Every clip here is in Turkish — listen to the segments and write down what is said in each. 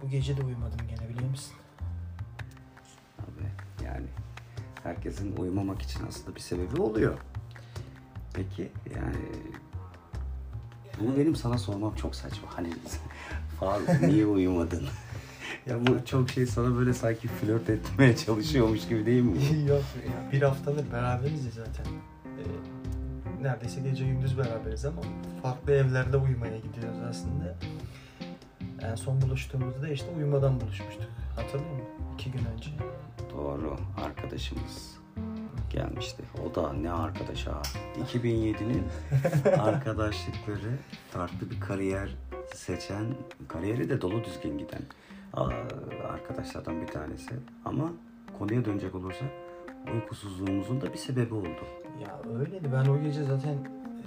Bu gece de uyumadım gene, biliyor musun? Abi yani herkesin uyumamak için aslında bir sebebi oluyor. Peki yani bunu benim sana sormam çok saçma. Hani Faruk niye uyumadın? Ya bu çok sana böyle sanki flört etmeye çalışıyormuş gibi değil mi? Yok ya, bir haftadır beraberiz ya zaten. Neredeyse gece gündüz beraberiz ama farklı evlerde uyumaya gidiyoruz aslında. En son buluştuğumuzda işte uyumadan buluşmuştuk. Hatırlıyor musun? 2 gün önce. Doğru, arkadaşımız gelmişti. O da ne arkadaş ha? 2007'nin arkadaşlıkları, farklı bir kariyer seçen, kariyeri de dolu düzgün giden arkadaşlardan bir tanesi. Ama konuya dönecek olursak uykusuzluğumuzun da bir sebebi oldu. Ya öyleydi. Ben o gece zaten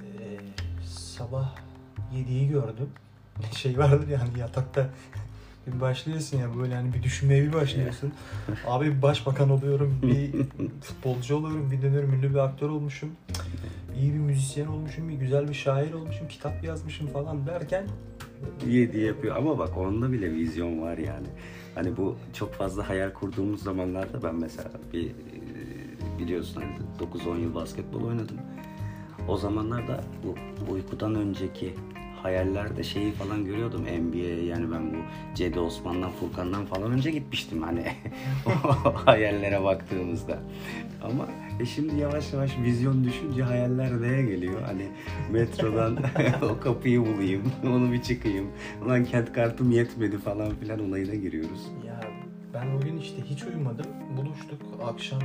sabah 7'yi gördüm. Şey vardır yani yatakta bir başlıyorsun ya böyle, hani bir düşünmeye bir başlıyorsun. Abi bir başbakan oluyorum, bir futbolcu oluyorum, bir dönem ünlü bir aktör olmuşum. İyi bir müzisyen olmuşum, bir güzel bir şair olmuşum, kitap yazmışım falan derken 7 yapıyor ama bak onda bile vizyon var yani. Hani bu çok fazla hayal kurduğumuz zamanlarda ben mesela biliyorsun hani 9-10 yıl basketbol oynadım. O zamanlarda bu uykudan önceki hayallerde şeyi falan görüyordum, NBA, yani ben bu Cedi Osman'dan, Furkan'dan falan önce gitmiştim hani o hayallere baktığımızda. Ama şimdi yavaş yavaş vizyon düşünce hayaller neye geliyor? Hani metrodan o kapıyı bulayım, onu bir çıkayım, ulan kent kartım yetmedi falan filan olayına giriyoruz. Ya ben bugün işte hiç uyumadım, buluştuk akşam,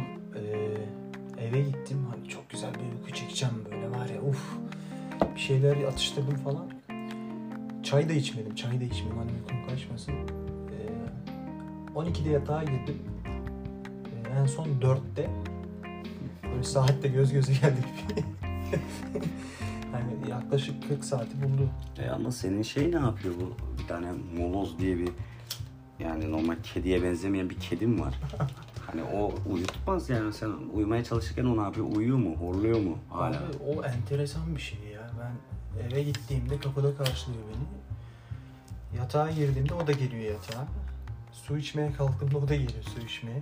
eve gittim, hani çok güzel bir uyku çekeceğim böyle var ya, bir şeyler atıştırdım falan. Çay da içmedim hani uykum kaçmasın. 12'de yatağa girdim. En son 4'te böyle saatte göz göze geldik. Hani yaklaşık 40 saati buldu. Ama senin şey ne yapıyor bu? Bir tane moloz diye bir, yani normal kediye benzemeyen bir kedim var. Hani o uyutmaz yani, sen uyumaya çalışırken o ne yapıyor? Uyuyor mu? Horluyor mu hala? Abi o enteresan bir şey ya. Ben eve gittiğimde kapıda karşılıyor beni. Yatağa girdiğimde o da geliyor yatağa. Su içmeye kalktığımda o da geliyor su içmeye.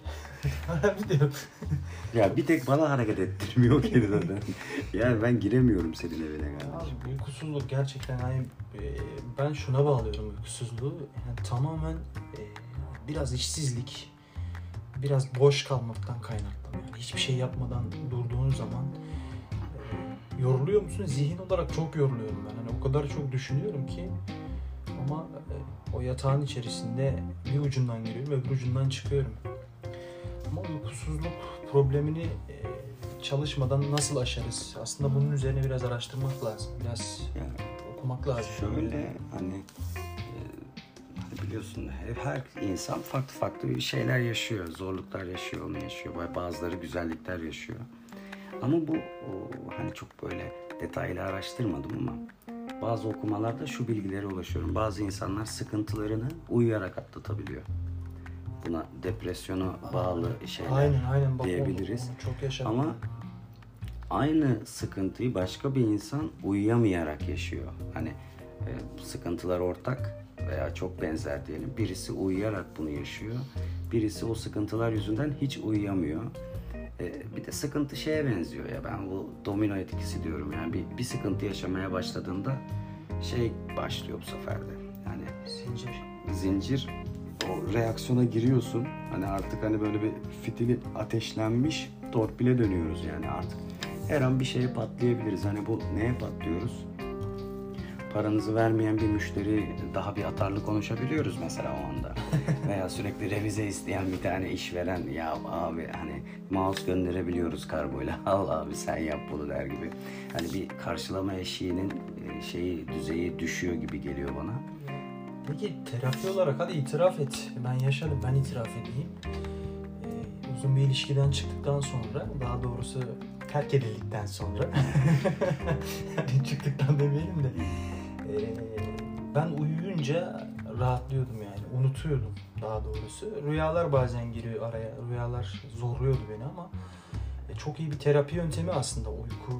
Ya bir tek bana hareket ettirmiyor kedi zaten. Yani ben giremiyorum senin evine galiba. Abi uykusuzluk gerçekten, hani ben şuna bağlıyorum uykusuzluğu. Yani tamamen biraz işsizlik, biraz boş kalmaktan kaynaklanıyor. Yani hiçbir şey yapmadan durduğun zaman yoruluyor musun? Zihin olarak çok yoruluyorum ben. Hani o kadar çok düşünüyorum ki, ama o yatağın içerisinde bir ucundan giriyorum, öbür ucundan çıkıyorum. Ama uykusuzluk problemini çalışmadan nasıl aşarız? Aslında bunun üzerine biraz araştırmak lazım. Biraz okumak lazım. Şöyle hani biliyorsun her insan farklı şeyler yaşıyor. Zorluklar yaşıyor, onu yaşıyor. Bazıları güzellikler yaşıyor. Ama bu hani çok böyle detaylı araştırmadım ama bazı okumalarda şu bilgilere ulaşıyorum. Bazı insanlar sıkıntılarını uyuyarak atlatabiliyor. Buna depresyona bağlı şeyler aynen. Bak, diyebiliriz. onu çok yaşadım. Ama aynı sıkıntıyı başka bir insan uyuyamayarak yaşıyor. Hani sıkıntılar ortak veya çok benzer diyelim. Birisi uyuyarak bunu yaşıyor. Birisi o sıkıntılar yüzünden hiç uyuyamıyor. Bir de sıkıntı şeye benziyor ya, ben bu domino etkisi diyorum. Yani bir sıkıntı yaşamaya başladığında başlıyor bu sefer de. Yani zincir o reaksiyona giriyorsun. Hani artık hani böyle bir fitili ateşlenmiş torpile dönüyoruz yani artık. Her an bir şeye patlayabiliriz. Hani bu neye patlıyoruz? Paranızı vermeyen bir müşteri daha bir atarlı konuşabiliyoruz mesela o anda. Veya sürekli revize isteyen bir tane işveren, ya abi hani mouse gönderebiliyoruz kargoyla, al abi sen yap bunu der gibi. Hani bir karşılama eşiğinin düzeyi düşüyor gibi geliyor bana. Peki terapi olarak hadi itiraf et. Ben yaşadım, ben itiraf edeyim. Uzun bir ilişkiden çıktıktan sonra, daha doğrusu terk edildikten sonra çıktıktan demeyelim de ben uyuyunca rahatlıyordum yani, unutuyordum daha doğrusu. Rüyalar bazen giriyor araya, rüyalar zorluyordu beni ama çok iyi bir terapi yöntemi aslında uyku.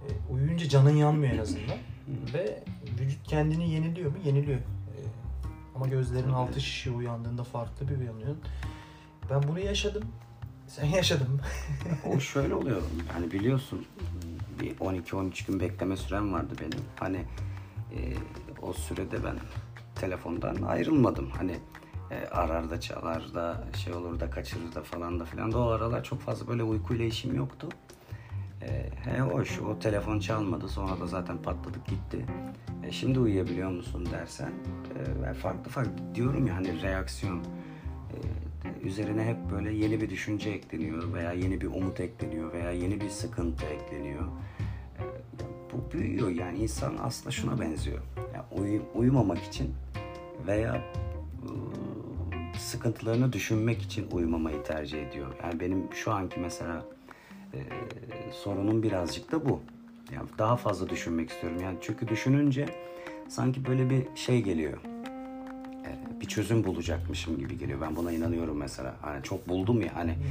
Uyuyunca canın yanmıyor en azından ve vücut kendini yeniliyor mu? Yeniliyor. Ama gözlerin altı şişiyor, uyandığında farklı bir uyanıyorsun. Ben bunu yaşadım. Sen yaşadın mı? O şöyle oluyor. Hani biliyorsun bir 12-13 gün bekleme sürem vardı benim. Hani o sürede ben telefondan ayrılmadım. Hani arar da çalar da şey olur da kaçırır da falan da filan da o aralar çok fazla böyle uykuyla işim yoktu. Hoş o telefon çalmadı, sonra da zaten patladık gitti. Şimdi uyuyabiliyor musun dersen farklı diyorum ya, hani reaksiyon üzerine hep böyle yeni bir düşünce ekleniyor veya yeni bir umut ekleniyor veya yeni bir sıkıntı ekleniyor. Bu büyüyor, yani insan aslında şuna benziyor. Yani uyumamak için veya sıkıntılarını düşünmek için uyumamayı tercih ediyor. Yani benim şu anki mesela sorunum birazcık da bu. Yani daha fazla düşünmek istiyorum. Yani çünkü düşününce sanki böyle bir şey geliyor. Bir çözüm bulacakmışım gibi geliyor. Ben buna inanıyorum mesela. Hani çok buldum ya hani.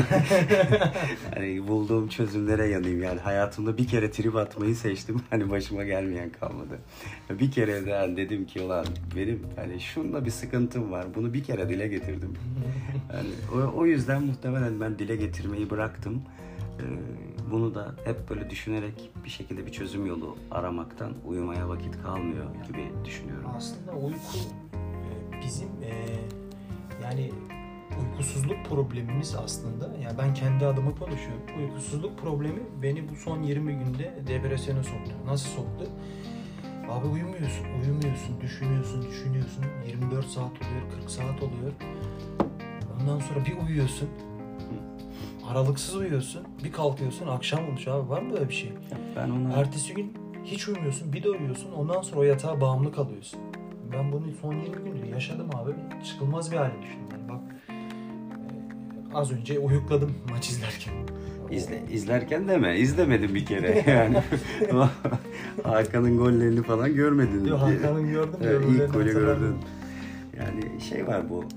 Hani bulduğum çözümlere yanayım. Yani hayatımda bir kere trip atmayı seçtim. Hani başıma gelmeyen kalmadı. Bir kere de hani dedim ki ulan benim hani şunda bir sıkıntım var. Bunu bir kere dile getirdim. Yani o yüzden muhtemelen ben dile getirmeyi bıraktım. Bunu da hep böyle düşünerek bir şekilde bir çözüm yolu aramaktan uyumaya vakit kalmıyor gibi düşünüyorum. Aslında uyku bizim yani uykusuzluk problemimiz aslında. Yani ben kendi adıma konuşuyorum. Uykusuzluk problemi beni bu son 20 günde depresyona soktu. Nasıl soktu? Abi uyumuyorsun, düşünüyorsun. 24 saat oluyor, 40 saat oluyor. Ondan sonra bir uyuyorsun. Aralıksız uyuyorsun. Bir kalkıyorsun, akşam olmuş abi. Var mı böyle bir şey? Ben onu... Ertesi gün hiç uyumuyorsun, bir de uyuyorsun. Ondan sonra o yatağa bağımlı kalıyorsun. Ben bunu son 20 gündür yaşadım abi. Çıkılmaz bir hale düştüm. Yani bak az önce uyukladım maç izlerken. İzlerken deme. İzlemedim bir kere. Yani Hakan'ın gollerini falan görmedin. Yok, Hakan'ın gördüm. İlk golü gördün. Yani şey var bu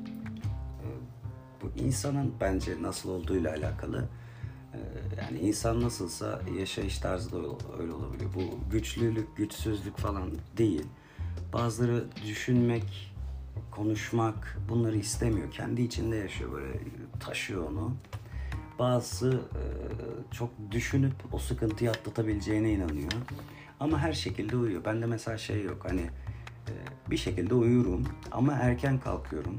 insanın bence nasıl olduğuyla alakalı. Yani insan nasılsa yaşayış tarzı da öyle olabiliyor. Bu güçlülük, güçsüzlük falan değil. Bazıları düşünmek, konuşmak bunları istemiyor. Kendi içinde yaşıyor, böyle taşıyor onu. Bazısı çok düşünüp o sıkıntıyı atlatabileceğine inanıyor. Ama her şekilde uyuyor. Bende mesela şey yok, hani bir şekilde uyurum ama erken kalkıyorum.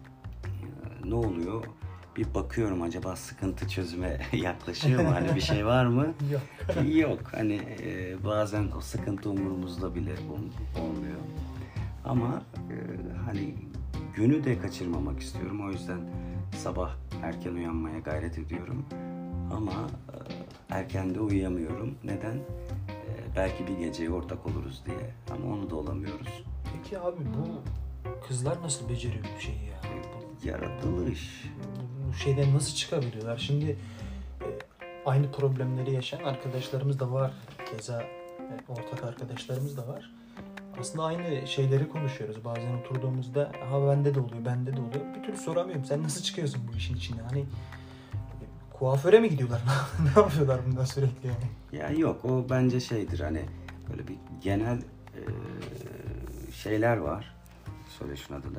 Ne oluyor? Bir bakıyorum, acaba sıkıntı çözüme yaklaşıyor mu? Hani bir şey var mı? Yok. Hani bazen o sıkıntı umurumuzda bile olmuyor. Ama hani günü de kaçırmamak istiyorum. O yüzden sabah erken uyanmaya gayret ediyorum. Ama erken de uyuyamıyorum. Neden? Belki bir geceye ortak oluruz diye. Ama onu da olamıyoruz. Peki abi bu kızlar nasıl beceriyor bu şeyi ya? Yaratılış. Bu şeyden nasıl çıkabiliyorlar? Şimdi aynı problemleri yaşayan arkadaşlarımız da var. Keza ortak arkadaşlarımız da var. Aslında aynı şeyleri konuşuyoruz. Bazen oturduğumuzda bende de oluyor. Bir türlü soramıyorum. Sen nasıl çıkıyorsun bu işin içine? Hani kuaföre mi gidiyorlar? Ne yapıyorlar bundan sürekli yani? Ya yok, o bence şeydir, hani böyle bir genel şeyler var. Söyle şunun adını.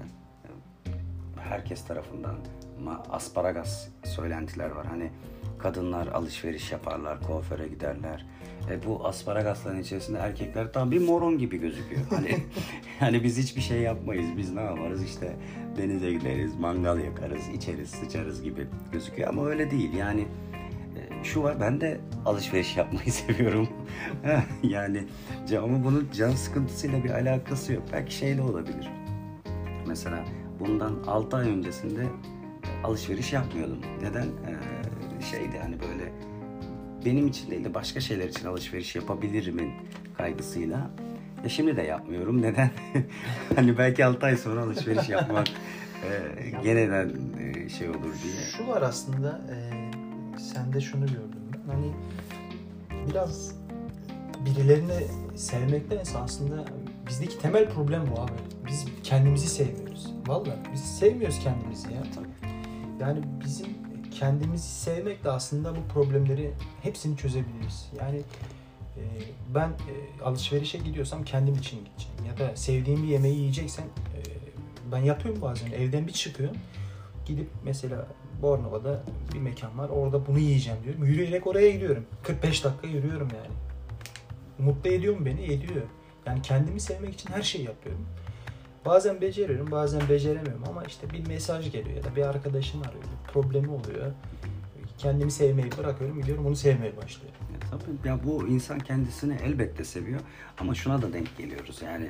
Herkes tarafından asparagas söylentiler var. Hani kadınlar alışveriş yaparlar, kuaföre giderler. Bu asparagasların içerisinde erkekler tam bir moron gibi gözüküyor. Hani biz hiçbir şey yapmayız. Biz ne yaparız? İşte denize gideriz, mangal yakarız, içeriz, sıçarız gibi gözüküyor. Ama öyle değil. Yani şu var, ben de alışveriş yapmayı seviyorum. Yani ama bunun can sıkıntısıyla bir alakası yok. Belki şeyle olabilir. Mesela bundan 6 ay öncesinde alışveriş yapmıyordum. Neden? Şeydi hani böyle benim için değil de başka şeyler için alışveriş yapabilirimin kaygısıyla. Şimdi de yapmıyorum. Neden? Hani belki 6 ay sonra alışveriş yapmak genelen şey olur diye. Şu var aslında, sende şunu gördüm ben. Hani biraz birilerini sevmektense aslında bizdeki temel problem bu abi. Biz kendimizi sevmiyoruz. Vallahi biz sevmiyoruz kendimizi ya. Yani bizim kendimizi sevmekle aslında bu problemleri hepsini çözebiliriz. Yani Ben alışverişe gidiyorsam kendim için gideceğim. Ya da sevdiğim bir yemeği yiyeceksen ben yapıyorum bazen. Evden bir çıkıyorum. Gidip mesela Bornova'da bir mekan var. Orada bunu yiyeceğim diyorum. Yürüyerek oraya gidiyorum. 45 dakika yürüyorum yani. Mutlu ediyor mu beni? Ediyor. Yani kendimi sevmek için her şeyi yapıyorum. Bazen beceriyorum, bazen beceremiyorum ama işte bir mesaj geliyor ya da bir arkadaşım arıyor, bir problemi oluyor. Kendimi sevmeyi bırakıyorum, gidiyorum onu sevmeye başlıyorum. Tabii ya, bu insan kendisini elbette seviyor ama şuna da denk geliyoruz yani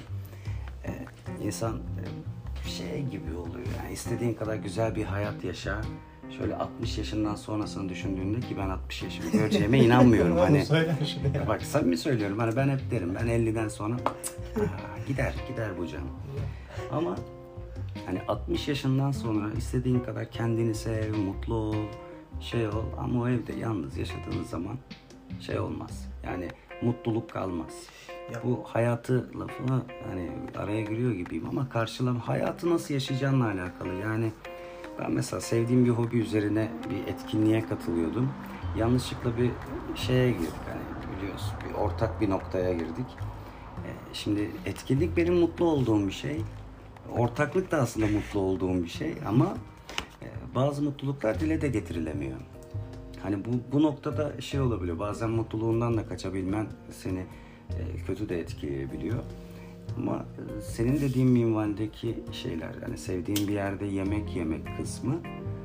insan şey gibi oluyor yani, istediğin kadar güzel bir hayat yaşa, şöyle 60 yaşından sonrasını düşündüğünde ki ben 60 yaşımı göreceğime inanmıyorum hani. Bak samimi söylüyorum, hani ben hep derim ben 50'den sonra gider bu canım. Ama hani 60 yaşından sonra istediğin kadar kendini sev, mutlu ol, şey ol ama o evde yalnız yaşadığınız zaman şey olmaz. Yani mutluluk kalmaz. Ya. Bu hayatı lafına hani araya giriyor gibiyim ama hayatı nasıl yaşayacağınla alakalı. Yani ben mesela sevdiğim bir hobi üzerine bir etkinliğe katılıyordum. Yanlışlıkla bir şeye girdik, hani biliyorsun bir ortak bir noktaya girdik. Şimdi etkinlik benim mutlu olduğum bir şey. Ortaklık da aslında mutlu olduğum bir şey ama bazı mutluluklar dile de getirilemiyor. Hani bu noktada şey olabiliyor. Bazen mutluluğundan da kaçabilmen seni kötü de etkileyebiliyor. Ama senin dediğin minvaldeki şeyler, yani sevdiğin bir yerde yemek kısmı,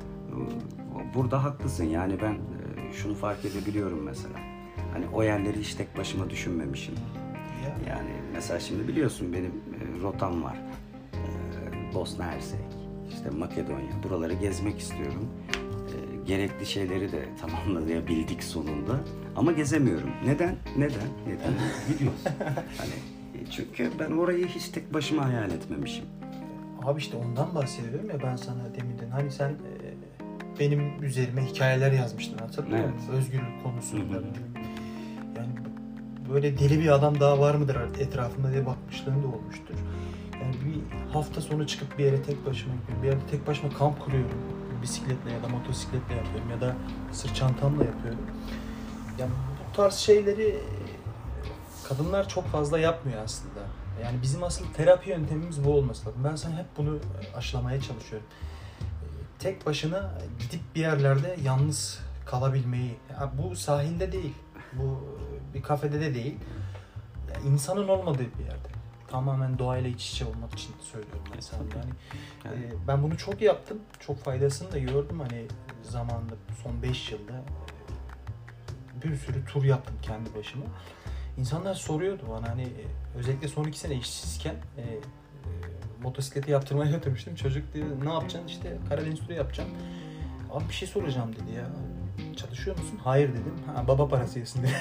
burada haklısın. Yani ben şunu fark edebiliyorum mesela. Hani o yerleri hiç tek başıma düşünmemişim. Yani mesela şimdi biliyorsun benim rotam var. Bosna Hersek, işte Makedonya, buraları gezmek istiyorum. Gerekli şeyleri de tamamlayabildik sonunda. Ama gezemiyorum. Neden? Biliyorsun. Hani çünkü ben orayı hiç tek başıma hayal etmemişim. Abi işte ondan bahsediyorum ya ben sana deminden. Hani sen benim üzerime hikayeler yazmıştın, hatırlıyor musun? Evet. Özgürlük konusunda. Yani böyle deli bir adam daha var mıdır etrafında diye bakmışlığım da olmuştur. Yani bir hafta sonu çıkıp bir yere tek başıma gidiyorum. Bir yerde tek başıma kamp kuruyorum. Bisikletle ya da motosikletle yapıyorum ya da sırt çantamla yapıyorum. Yani bu tarz şeyleri kadınlar çok fazla yapmıyor aslında. Yani bizim asıl terapi yöntemimiz bu olması lazım. Ben sana hep bunu aşılamaya çalışıyorum. Tek başına gidip bir yerlerde yalnız kalabilmeyi. Ya bu sahilde değil, bu bir kafede de değil. Ya insanın olmadığı bir yerde. Tamamen doğayla iç içe olmak için söylüyorum mesela. Yani ben bunu çok yaptım. Çok faydasını da gördüm. Hani zamanında son 5 yılda bir sürü tur yaptım kendi başıma. İnsanlar soruyordu bana, hani özellikle son 2 sene işsizken motosikleti yaptırmaya götürmüştüm. Çocuk dedi ne yapacaksın? İşte Karadeniz turu yapacağım. Abi bir şey soracağım dedi ya. Çalışıyor musun? Hayır dedim. Baba parası yiyorsun dedi.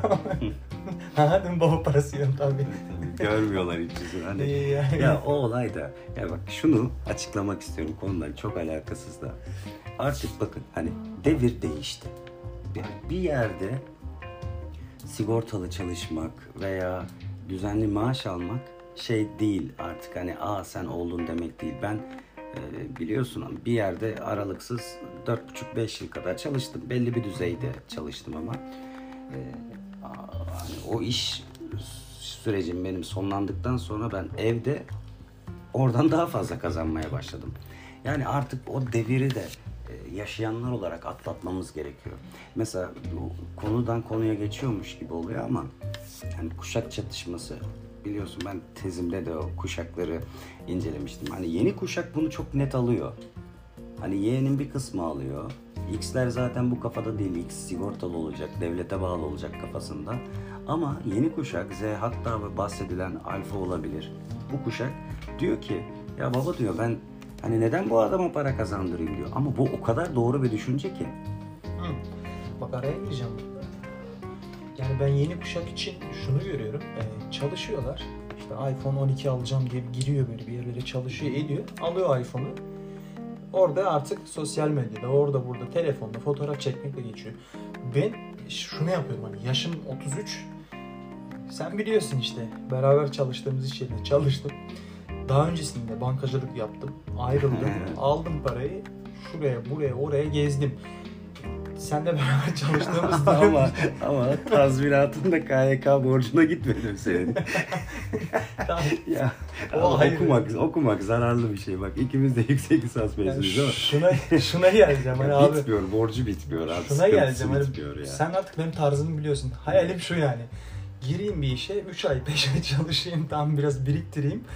Dedim baba parası yiyorum tabii. Görmüyorlar hiç yüzünü. Hani, ya o olay da, ya bak şunu açıklamak istiyorum, konudan çok alakasız da. Artık bakın hani devir değişti. Bir yerde sigortalı çalışmak veya düzenli maaş almak şey değil artık, hani sen oldun demek değil. Ben biliyorsun bir yerde aralıksız 4,5-5 yıl kadar çalıştım. Belli bir düzeyde çalıştım ama hani o iş sürecim benim sonlandıktan sonra ben evde oradan daha fazla kazanmaya başladım. Yani artık o deviri de yaşayanlar olarak atlatmamız gerekiyor. Mesela konudan konuya geçiyormuş gibi oluyor ama yani kuşak çatışması, biliyorsun ben tezimde de o kuşakları incelemiştim. Hani yeni kuşak bunu çok net alıyor. Hani Y'nin bir kısmı alıyor. X'ler zaten bu kafada değil. X sigortalı olacak, devlete bağlı olacak kafasında. Ama yeni kuşak Z, hatta bahsedilen alfa olabilir. Bu kuşak diyor ki ya baba diyor, ben hani neden bu adama para kazandırayım diyor. Ama bu o kadar doğru bir düşünce ki. Bak araya gireceğim. Yani ben yeni kuşak için şunu görüyorum. Çalışıyorlar. İşte iPhone 12 alacağım diye giriyor böyle bir yerlere, çalışıyor ediyor. Alıyor iPhone'u. Orada artık sosyal medyada, orada burada telefonda fotoğraf çekmekle geçiyor. Ben şunu yapıyorum, hani yaşım 33. Sen biliyorsun işte beraber çalıştığımız iş yerinde çalıştım. Daha öncesinde bankacılık yaptım. Ayrıldım. Aldım parayı. Şuraya, buraya, oraya gezdim. Senle beraber çalıştığımız ama tazminatında KYK borcuna gitmedim senin. Ya okumak zararlı bir şey. Bak ikimiz de yüksek lisans mezunuyuz ama. Şuna geleceğim hani abi. Bitmiyor, borcu bitmiyor abi. Şuna geleceğim hani. Ya. Sen artık benim tarzımı biliyorsun. Hayalim şu yani. Gireyim bir işe 3 ay 5 ay çalışayım, tam biraz biriktireyim.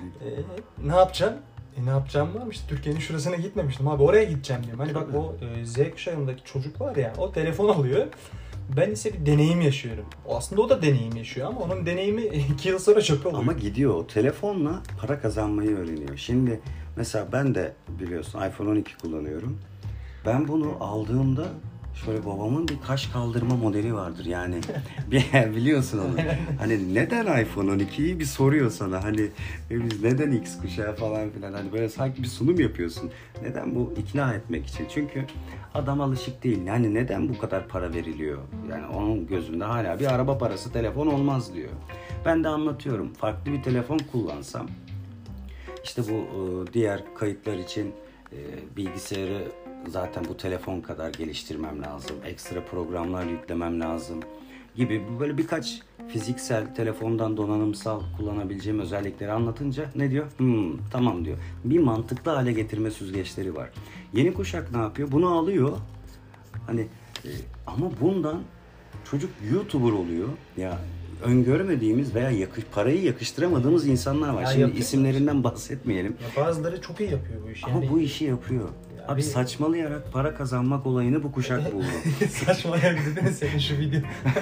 Ne yapacağım? Ne yapacağım varmış. Türkiye'nin şurasına gitmemiştim abi, oraya gideceğim diyorum. Hani bak o Z kuşağındaki çocuk var ya, o telefon alıyor. Ben ise bir deneyim yaşıyorum. Aslında o da deneyim yaşıyor ama onun deneyimi 2 yıl sonra çöpe oluyor. Ama gidiyor o telefonla para kazanmayı öğreniyor. Şimdi mesela ben de biliyorsun iPhone 12 kullanıyorum. Ben bunu aldığımda şöyle babamın bir kaş kaldırma modeli vardır yani. Biliyorsun onu. Hani neden iPhone 12'yi bir soruyor sana. Hani biz neden X kuşağı falan filan. Hani böyle sanki bir sunum yapıyorsun. Neden bu, ikna etmek için. Çünkü adam alışık değil. Yani neden bu kadar para veriliyor? Yani onun gözünde hala bir araba parası telefon olmaz diyor. Ben de anlatıyorum. Farklı bir telefon kullansam işte bu diğer kayıtlar için bilgisayarı zaten bu telefon kadar geliştirmem lazım. Ekstra programlar yüklemem lazım gibi böyle birkaç fiziksel, telefondan donanımsal kullanabileceğim özellikleri anlatınca ne diyor? Tamam diyor. Bir mantıklı hale getirme süzgeçleri var. Yeni kuşak ne yapıyor? Bunu alıyor. Hani ama bundan çocuk YouTuber oluyor. Ya öngörmediğimiz veya parayı yakıştıramadığımız insanlar var. Ya şimdi isimlerinden bahsetmeyelim. Ya bazıları çok iyi yapıyor bu işi. Ama bu işi yapıyor. Abi saçmalayarak para kazanmak olayını bu kuşak buldu. Saçmalayarak dedin senin şu video.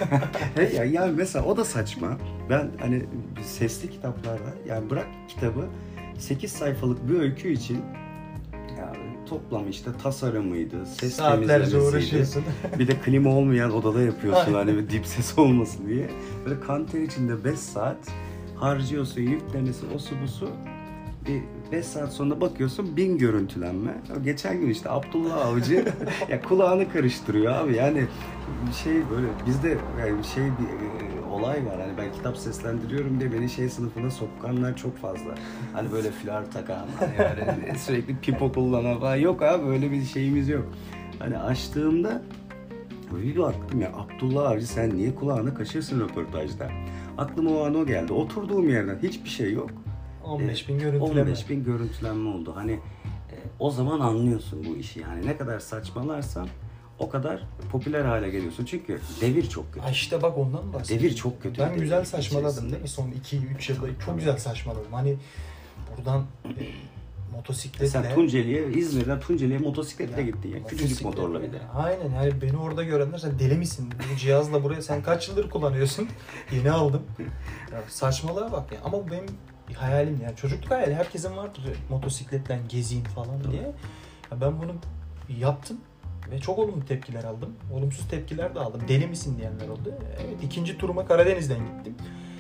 Yani mesela o da saçma. Ben hani sesli kitaplarda, yani bırak kitabı, 8 sayfalık bir öykü için yani toplam işte tasarımıydı, ses temizlemesiydi. Bir de klima olmayan odada yapıyorsun hani bir dip ses olmasın diye. Böyle kan ter içinde 5 saat harcıyorsun, yüklemesi, osu busu. Bir 5 saat sonra bakıyorsun 1000 görüntülenme. Geçen gün işte Abdullah Avcı ya kulağını karıştırıyor abi, yani şey böyle bizde yani bir olay var, hani ben kitap seslendiriyorum diye beni sınıfına sokanlar çok fazla. Hani böyle flör takan, yani sürekli pipo kullanan falan, yok abi öyle bir şeyimiz yok. Hani açtığımda bir baktım ya, Abdullah Avcı sen niye kulağını kaşırsın röportajda? Aklıma o an o geldi. Oturduğum yerden hiçbir şey yok. 15.000 görüntülenme. 15.000 görüntülenme oldu. Hani o zaman anlıyorsun bu işi. Yani ne kadar saçmalarsan o kadar popüler hale geliyorsun. Çünkü devir çok kötü. İşte bak ondan bahsediyorum. Devir çok kötü. Ben güzel saçmaladım değil mi? Son 2-3 yılda çok güzel saçmaladım. Hani buradan motosikletle... Sen İzmir'den Tunceli'ye motosikletle gittin ya. Küçücük motorla bir de. Aynen, yani beni orada görenler sen deli misin? Bu cihazla buraya sen kaç yıldır kullanıyorsun? Yeni aldım. Ya saçmalığa bak ya. Ya. Ama bu benim bir hayalim yani. Çocukluk hayali herkesin vardır. Motosikletle gezeyim falan diye. Ya ben bunu yaptım. Ve çok olumlu tepkiler aldım. Olumsuz tepkiler de aldım. Deli misin diyenler oldu. Evet, ikinci turuma Karadeniz'den gittim.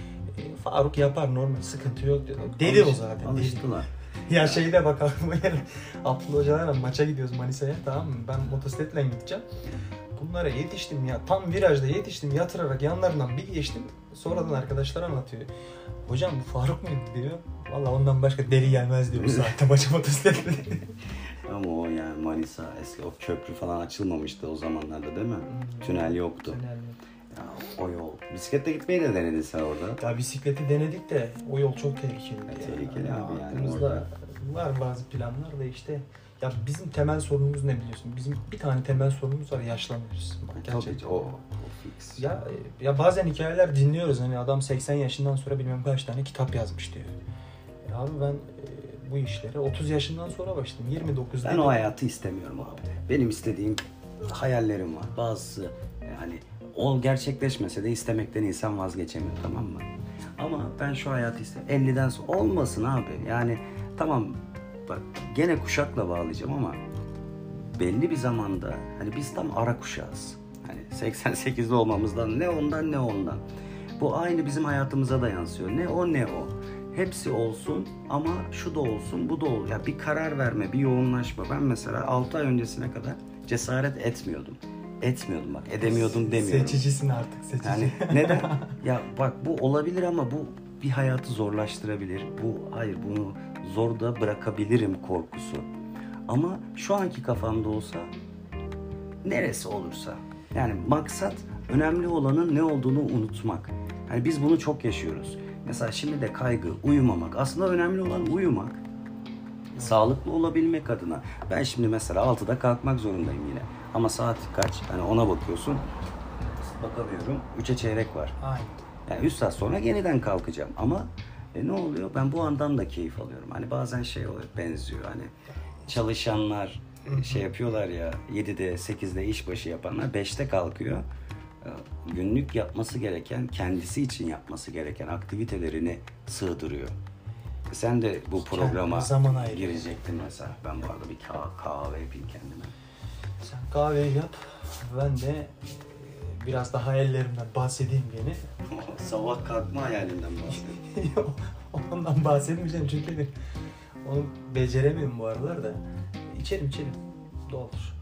Faruk yapar, normal, sıkıntı yok diyor. Deli o zaten. Alıştılar. Ya şeyde bak aklıma geldi. Abdullah Hocalar'la maça gidiyoruz Manisa'ya, tamam mı? Ben motosikletle gideceğim. Bunlara yetiştim ya. Tam virajda yetiştim. Yatırarak yanlarından bir geçtim. Sonradan arkadaşlar anlatıyor. Hocam bu Faruk muydu diyor. Valla ondan başka deli gelmez diyor bu saatte maça motosikletle. Ama o yani Manisa eski, o köprü falan açılmamıştı o zamanlarda değil mi? Tünel yoktu. Tünel yok. Ya o yol. Bisikletle gitmeyi de denedin sen orada. Ya bisikleti denedik de o yol çok tehlikeli. Tehlikeli abi yani aklımızda orada. var bazı planlar da işte. Ya bizim temel sorunumuz ne biliyorsun? Bizim bir tane temel sorunumuz var, yaşlanıyoruz. Tabii o fix. Ya bazen hikayeler dinliyoruz, hani adam 80 yaşından sonra bilmem kaç tane kitap yazmış diyor. Abi ben bu işlere 30 yaşından sonra başladım. 29'da. Ben o hayatı istemiyorum abi. Benim istediğim hayallerim var. Bazısı yani o gerçekleşmese de istemekten insan vazgeçemiyor, tamam mı? Ama ben şu hayatı istemiyorum. 50'den sonra olmasın abi. Yani tamam bak gene kuşakla bağlayacağım ama belli bir zamanda hani biz tam ara kuşağız. Hani 88'de olmamızdan ne ondan ne ondan. Bu aynı bizim hayatımıza da yansıyor. Ne o ne o. Hepsi olsun ama şu da olsun, bu da olur. Ya bir karar verme, bir yoğunlaşma. Ben mesela 6 ay öncesine kadar cesaret etmiyordum. Bak, edemiyordum demiyorum. Seçicisin artık, seçici. Yani neden? Ya bak bu olabilir ama bu bir hayatı zorlaştırabilir. Bunu zor da bırakabilirim korkusu. Ama şu anki kafamda olsa neresi olursa. Yani maksat önemli olanın ne olduğunu unutmak. Yani biz bunu çok yaşıyoruz. Mesela şimdi de kaygı, uyumamak. Aslında önemli olan uyumak. Sağlıklı olabilmek adına. Ben şimdi mesela 6'da kalkmak zorundayım yine. Ama saat kaç? Hani ona bakıyorsun. Bakamıyorum. 3'e çeyrek var. Aynen. Yani 3 saat sonra yeniden kalkacağım. Ama ne oluyor? Ben bu andan da keyif alıyorum. Hani bazen şey oluyor, benziyor. Hani çalışanlar şey yapıyorlar ya, 7'de 8'de işbaşı yapanlar 5'te kalkıyor. Günlük yapması gereken, kendisi için yapması gereken aktivitelerini sığdırıyor. Sen de bu programa girecektin mesela. Ben bu arada bir kahve yapayım kendime. Sen kahveyi yap. Ben de biraz daha hayallerimden bahsedeyim yeni. Sabah kalkma hayalimden bahsedeyim. Ondan bahsetmeyeceğim çünkü onu beceremiyorum bu aralar da. İçerim. Ne olur.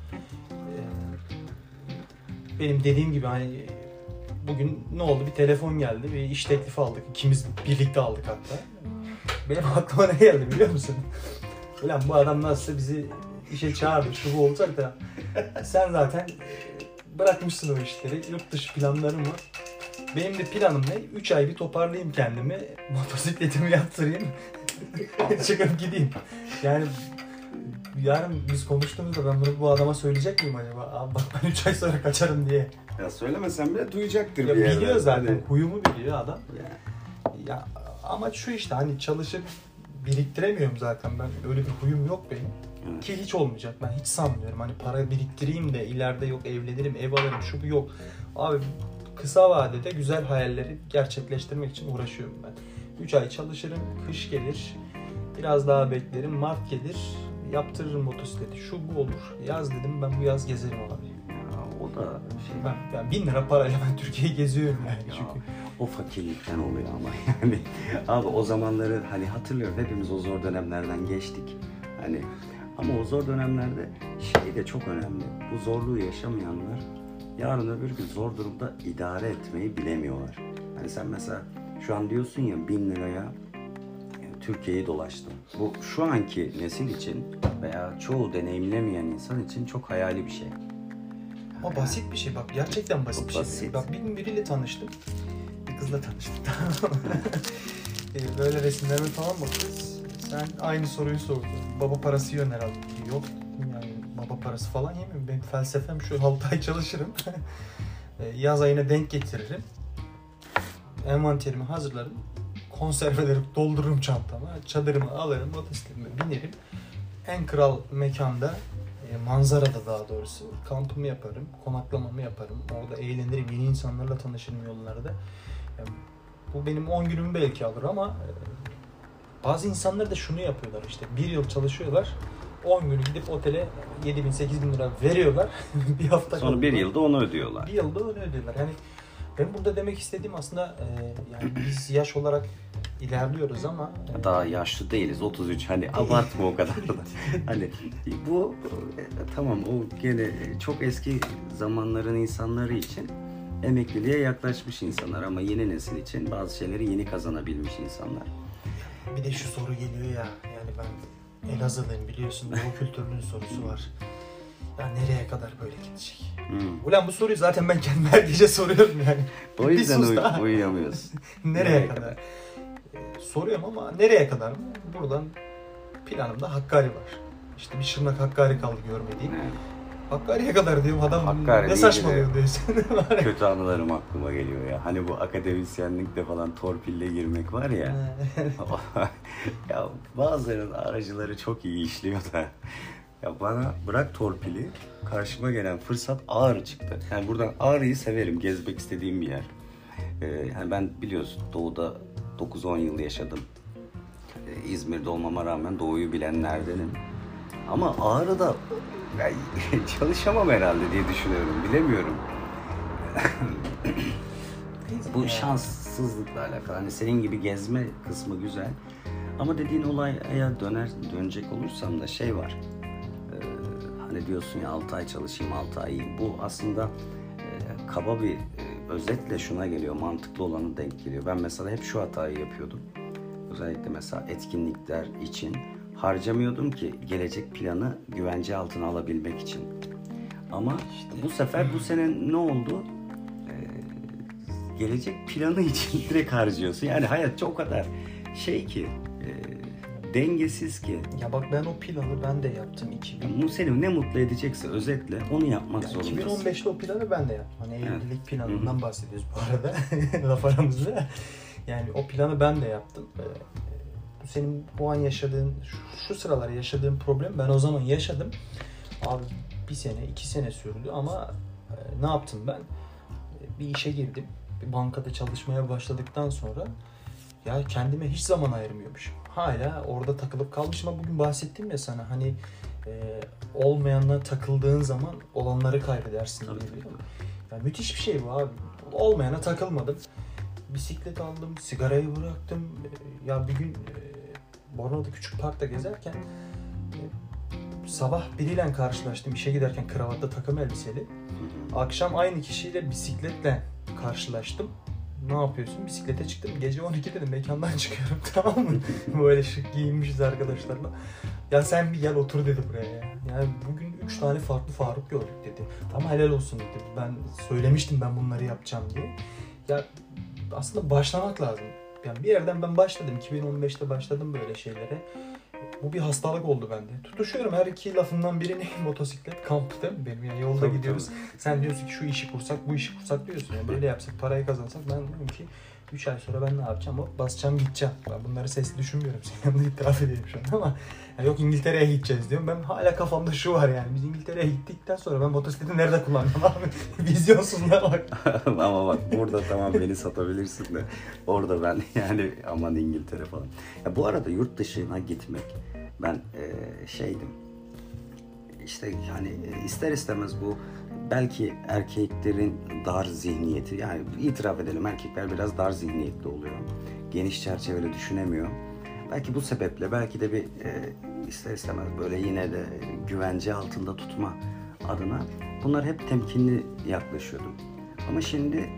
Benim dediğim gibi hani bugün ne oldu? Bir telefon geldi. Bir iş teklifi aldık. İkimiz birlikte aldık hatta. Benim aklıma ne geldi biliyor musun? Ulan bu adam nasılsa bizi işe çağırdı. Şu bu olacak da sen zaten bırakmışsın o işleri. Yurt dışı planlarım var. Benim de planım ne? 3 ay bir toparlayayım kendimi. Motosikletimi yaptırayım. Çıkıp gideyim. Yani yarın biz konuştuğumuzda ben bunu bu adama söyleyecek miyim acaba? Abi bak ben 3 ay sonra kaçarım diye. Ya söylemesen bile duyacaktır ya bir yerden. Biliyor zaten. Huyumu biliyor adam. Ya amaç şu işte hani çalışıp biriktiremiyorum zaten ben. Öyle bir huyum yok benim. Evet. Ki hiç olmayacak. Ben hiç sanmıyorum. Hani para biriktireyim de ileride yok evlenirim, ev alırım, şu bu yok. Abi kısa vadede güzel hayalleri gerçekleştirmek için uğraşıyorum ben. 3 ay çalışırım, kış gelir. Biraz daha beklerim, Mart gelir. Yaptırırım motosikleti. Şu bu olur. Yaz dedim ben bu yaz gezerim abi. Ya o da şey. Ben 1000 lira parayla ben Türkiye'yi geziyorum yani Ya, çünkü. o fakirlikten oluyor ama yani. Abi o zamanları hani hatırlıyorum, hepimiz o zor dönemlerden geçtik. Hani ama o zor dönemlerde şey de çok önemli. Bu zorluğu yaşamayanlar yarın öbür gün zor durumda idare etmeyi bilemiyorlar. Hani sen mesela şu an diyorsun ya 1000 liraya Türkiye'yi dolaştım. Bu şu anki nesil için veya çoğu deneyimlemeyen insan için çok hayali bir şey. Ama basit bir şey bak. Gerçekten basit bir şey. Basit. Bak bir gün biriyle tanıştım. Bir kızla tanıştık. Böyle resimlerime falan bakıyoruz. Sen aynı soruyu sordun. Baba parası yiyorsun herhalde. Yok yani baba parası falan yemiyorum. Benim felsefem şu 6 ay çalışırım. Yaz ayına denk getiririm. Envanterimi hazırlarım. Konserveleri doldururum çantama. Çadırımı alırım. Motosikletime binerim. En kral mekanda manzarada daha doğrusu kampımı yaparım, konaklamamı yaparım. Orada eğlenirim, yeni insanlarla tanışırım yollarda. Yani bu benim 10 günümü belki alır ama bazı insanlar da şunu yapıyorlar işte. 1 yıl çalışıyorlar, 10 günü gidip otele 7.000-8.000 lira veriyorlar. Bir hafta sonra kalıyor. 1 yılda onu ödüyorlar. 1 yılda onu ödüyorlar. Yani ben burada demek istediğim aslında yani biz yaş olarak ilerliyoruz ama daha yaşlı değiliz, 33, hani abartma o kadar da. Hani bu tamam, o gene çok eski zamanların insanları için emekliliğe yaklaşmış insanlar ama yeni nesil için bazı şeyleri yeni kazanabilmiş insanlar. Bir de şu soru geliyor ya, yani ben Elazığ'dayım biliyorsun, Doğu kültürünün sorusu var. Ya nereye kadar böyle gidecek? Ulan bu soruyu zaten ben kendime her gece soruyorum yani. O yüzden uyuyamıyorsun. Nereye kadar? Soruyorum ama nereye kadar mı? Buradan planımda Hakkari var. İşte bir Şırnak Hakkari kaldı görmediğim. Evet. Hakkari'ye kadar diyorum, adam Hakkari ne saçmalıyor diyorsun. Kötü anılarım aklıma geliyor ya. Hani bu akademisyenlikte falan torpille girmek var ya. Ya bazılarının aracıları çok iyi işliyor da. Ya bana bırak torpili, karşıma gelen fırsat Ağrı çıktı. Yani buradan Ağrı'yı severim, gezmek istediğim bir yer. Yani ben biliyorsun Doğu'da 9-10 yıl yaşadım. İzmir'de olmama rağmen Doğu'yu bilenlerdenim. Ama Ağrı'da yani çalışamam herhalde diye düşünüyorum, bilemiyorum. Bu şanssızlıkla alakalı. Hani senin gibi gezme kısmı güzel. Ama dediğin olaya dönecek olursam da şey var. Hani diyorsun ya 6 ay çalışayım, 6 ay yiyeyim. Bu aslında kaba bir özetle şuna geliyor, mantıklı olanı denk geliyor. Ben mesela hep şu hatayı yapıyordum. Özellikle mesela etkinlikler için harcamıyordum ki gelecek planı güvence altına alabilmek için. Ama bu sefer bu sene ne oldu? Gelecek planı için direkt harcıyorsun. Yani hayat çok kadar şey ki, dengesiz ki. Ya bak ben o planı ben de yaptım 2000. Bu seni ne mutlu edecekse özetle onu yapmak zorundasın. 2015'te o planı ben de yaptım. Hani evlilik planından bahsediyoruz bu arada. Laf aramızda. Yani o planı ben de yaptım. Senin bu an yaşadığın, şu sıralar yaşadığın problem ben o zaman yaşadım. Abi 1 sene, 2 sene sürdü ama ne yaptım ben? Bir işe girdim. Bir bankada çalışmaya başladıktan sonra ya kendime hiç zaman ayırmıyormuşum. Hala orada takılıp kalmışım ama bugün bahsettim ya sana hani olmayanla takıldığın zaman olanları kaybedersin diye. Yani müthiş bir şey bu abi. Olmayana takılmadım. Bisiklet aldım, sigarayı bıraktım. Ya bir gün Bornova'da küçük parkta gezerken sabah biriyle karşılaştım. İşe giderken kravatlı takım elbiseli. Akşam aynı kişiyle bisikletle karşılaştım. Ne yapıyorsun? Bisiklete çıktım. Gece 12 dedim mekandan çıkıyorum, tamam mı? Böyle şık giyinmişiz arkadaşlarla. Ya sen bir gel otur dedi buraya ya. Yani bugün 3 tane farklı Faruk gördük dedi. Ama helal olsun dedi. Ben söylemiştim ben bunları yapacağım diye. Ya aslında başlamak lazım. Yani bir yerden ben başladım. 2015'te başladım böyle şeylere. Bu bir hastalık oldu bende. Tutuşuyorum her 2 lafından birini motosiklet kamp değil mi benim? Yani yolda tabii, gidiyoruz. Tabii. Sen diyorsun ki şu işi kursak, bu işi kursak diyorsun. Yani böyle yapsak, parayı kazansak ben diyorum ki 3 ay sonra ben ne yapacağım? Hop basacağım gideceğim. Ben bunları sesli düşünmüyorum. Senin yanında itiraf edeyim şu an ama yani yok İngiltere'ye gideceğiz diyorum. Ben hala kafamda şu var yani. Biz İngiltere'ye gittikten sonra ben motosikleti nerede kullanacağım abi? Vizyonsuzluğa bak. Ama bak burada tamam beni satabilirsin de orada ben yani aman İngiltere falan. Ya bu arada yurt dışına gitmek ben şeydim işte yani ister istemez bu belki erkeklerin dar zihniyeti, yani itiraf edelim erkekler biraz dar zihniyetli oluyor. Geniş çerçeveli düşünemiyor. Belki bu sebeple belki de bir ister istemez böyle yine de güvence altında tutma adına bunlar hep temkinli yaklaşıyordum. Ama şimdi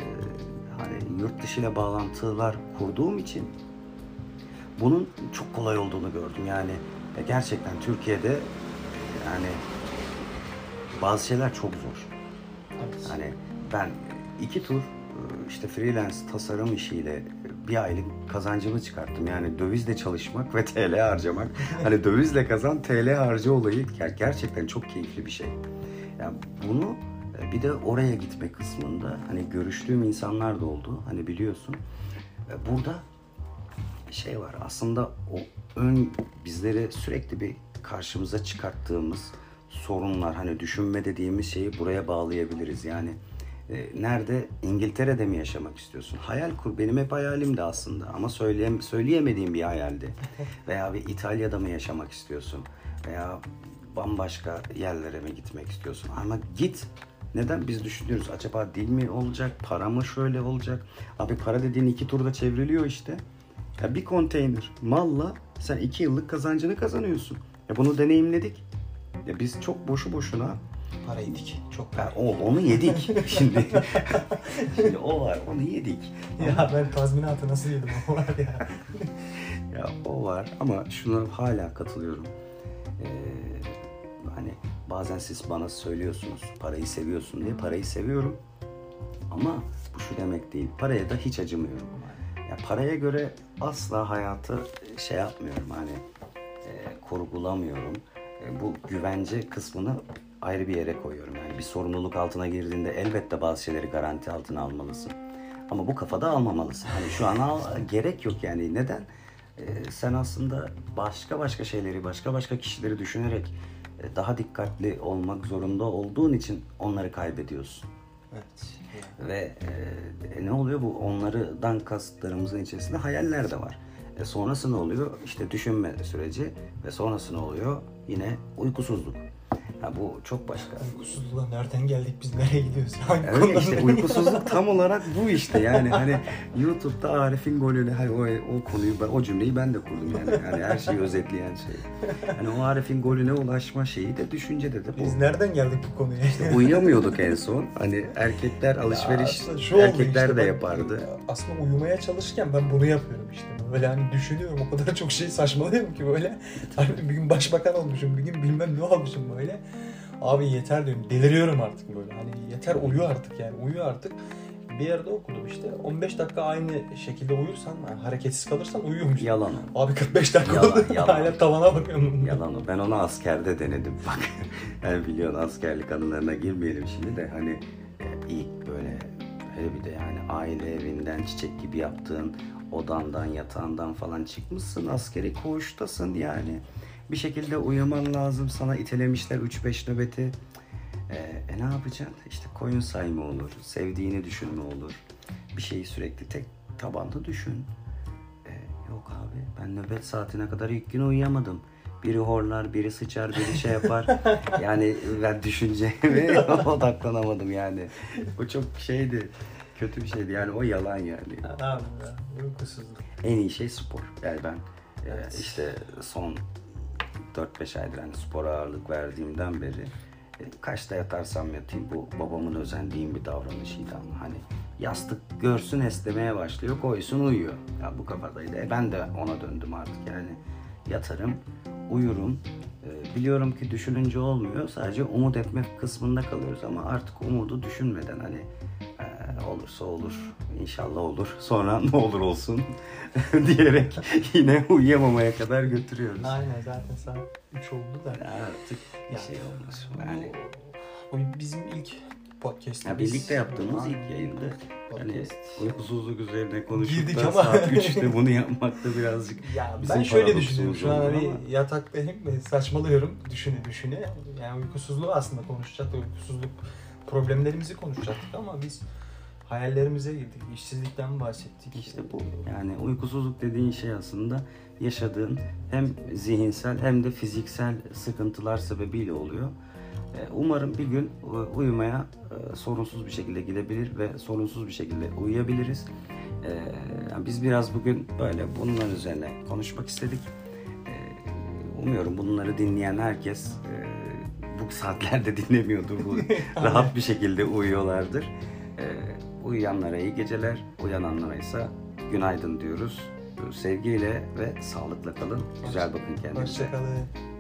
hani yurt dışı ile bağlantılar kurduğum için bunun çok kolay olduğunu gördüm. Yani gerçekten Türkiye'de yani bazı şeyler çok zor. Evet. Hani ben 2 tur işte freelance tasarım işiyle 1 aylık kazancımı çıkarttım. Yani dövizle çalışmak ve TL harcamak. Hani dövizle kazan, TL harca olayı gerçekten çok keyifli bir şey. Yani bunu bir de oraya gitme kısmında hani görüştüğüm insanlar da oldu. Hani biliyorsun. Burada şey var aslında o bizleri sürekli bir karşımıza çıkarttığımız sorunlar, hani düşünme dediğimiz şeyi buraya bağlayabiliriz. Yani nerede? İngiltere'de mi yaşamak istiyorsun? Hayal kur. Benim hep hayalimdi aslında ama söyleyemediğim bir hayaldi. Veya bir İtalya'da mı yaşamak istiyorsun? Veya bambaşka yerlere mi gitmek istiyorsun? Ama git. Neden? Biz düşünüyoruz. Acaba dil mi olacak? Para mı şöyle olacak? Abi para dediğin 2 turda çevriliyor işte. Ya bir konteyner malla sen 2 yıllık kazancını kazanıyorsun. Ya bunu deneyimledik. Ya biz çok boşu boşuna para yedik. Çok para. Onu yedik. Şimdi o var. Onu yedik. Ya ben tazminatı nasıl yedim o var ya. Ya o var ama şuna hala katılıyorum. Hani bazen siz bana söylüyorsunuz parayı seviyorsun diye. Parayı seviyorum. Ama bu şu demek değil. Paraya da hiç acımıyorum. Ya paraya göre asla hayatı şey yapmıyorum hani kurgulamıyorum. Bu güvence kısmını ayrı bir yere koyuyorum. Yani bir sorumluluk altına girdiğinde elbette bazı şeyleri garanti altına almalısın. Ama bu kafada almamalısın. Hani şu an gerek yok yani. Neden? Sen aslında başka şeyleri, başka kişileri düşünerek daha dikkatli olmak zorunda olduğun için onları kaybediyorsun. Evet. Ve ne oluyor bu? Onlardan kasıtlarımızın içerisinde hayaller de var. Sonrası ne oluyor? İşte düşünme süreci ve sonrası ne oluyor? Yine uykusuzluk. Ya bu çok başka. Uykusuzluğa nereden geldik biz nereye gidiyoruz? Öyle işte uykusuzluk tam olarak bu işte yani hani YouTube'da Arif'in golüyle hani o konuyu o cümleyi ben de kurdum yani her şeyi özetleyen şey. Hani o Arif'in golüne ulaşma şeyi de düşüncede de bu. Biz nereden geldik bu konuya? İşte uyuyamıyorduk en son. Hani erkekler alışveriş erkekler işte, de yapardı. Aslında uyumaya çalışırken ben bunu yapıyorum işte. Böyle hani düşünüyorum o kadar çok şey saçmalıyorum ki böyle. Hani bir gün başbakan olmuşum, bir gün bilmem ne olmuşum böyle. Abi yeter diyorum. Deliriyorum artık böyle. Hani yeter, uyu artık yani. Uyu artık. Bir yerde okudum işte. 15 dakika aynı şekilde uyursan, yani hareketsiz kalırsan uyuyormuş. Yalan o. Abi 45 dakika Yalan, oldu. yalan. Hala tavana bakıyorum. Yalan o. Ben onu askerde denedim. Bak yani biliyorsun, askerlik anılarına girmeyelim şimdi de hani ilk böyle hele bir de yani aile evinden çiçek gibi yaptığın odandan, yatağından falan çıkmışsın, askeri koğuştasın yani. Bir şekilde uyuman lazım, sana itelemişler 3-5 nöbeti. Ne yapacaksın? İşte koyun sayma olur, sevdiğini düşünme olur. Bir şeyi sürekli tek tabanda düşün. Yok abi, ben nöbet saatine kadar ilk gün uyuyamadım. Biri horlar, biri sıçar, biri şey yapar. Yani ben düşünceye odaklanamadım yani. O çok şeydi, kötü bir şeydi yani, o yalan yani. Abi ya, uykusuzluk. En iyi şey spor. Yani ben işte son 4-5 aydır hani spora ağırlık verdiğimden beri kaçta yatarsam yatayım, bu babamın özendiğim bir davranışıydı ama hani yastık görsün esnemeye başlıyor, koysun uyuyor. Ya bu kafadaydı. Ben de ona döndüm artık yani, yatarım, uyurum. Biliyorum ki düşününce olmuyor, sadece umut etme kısmında kalıyoruz ama artık umudu düşünmeden hani olursa olur, inşallah olur, sonra ne olur olsun diyerek yine uyuyamamaya kadar götürüyoruz. Aynen, zaten saat 3 oldu da. Artık bir şey olmaz. Yani Bu bizim ilk podcast'imiz. ya birlikte yaptığımız ilk yayındı. Hani Podcast. uykusuzluk üzerine konuşup Girdik da ama. saat 3'te bunu yapmak da birazcık Ya bizim ben şöyle paradoksumuz düşünüyorum şu an, oldu hani ama. yataktayım ve saçmalıyorum düşüne. Yani uykusuzluğu aslında konuşacaktık, uykusuzluk problemlerimizi konuşacaktık ama biz hayallerimize girdik, işsizlikten bahsettik. İşte bu. Yani uykusuzluk dediğin şey aslında yaşadığın hem zihinsel hem de fiziksel sıkıntılar sebebiyle oluyor. Umarım bir gün uyumaya sorunsuz bir şekilde gidebilir ve sorunsuz bir şekilde uyuyabiliriz. Biz biraz bugün böyle bunlar üzerine konuşmak istedik. Umuyorum bunları dinleyen herkes bu saatlerde dinlemiyordur. Bu rahat bir şekilde uyuyorlardır. Uyuyanlara iyi geceler, uyananlara ise günaydın diyoruz. Sevgiyle ve sağlıkla kalın. Güzel bakın kendinize. Hoşça kalın.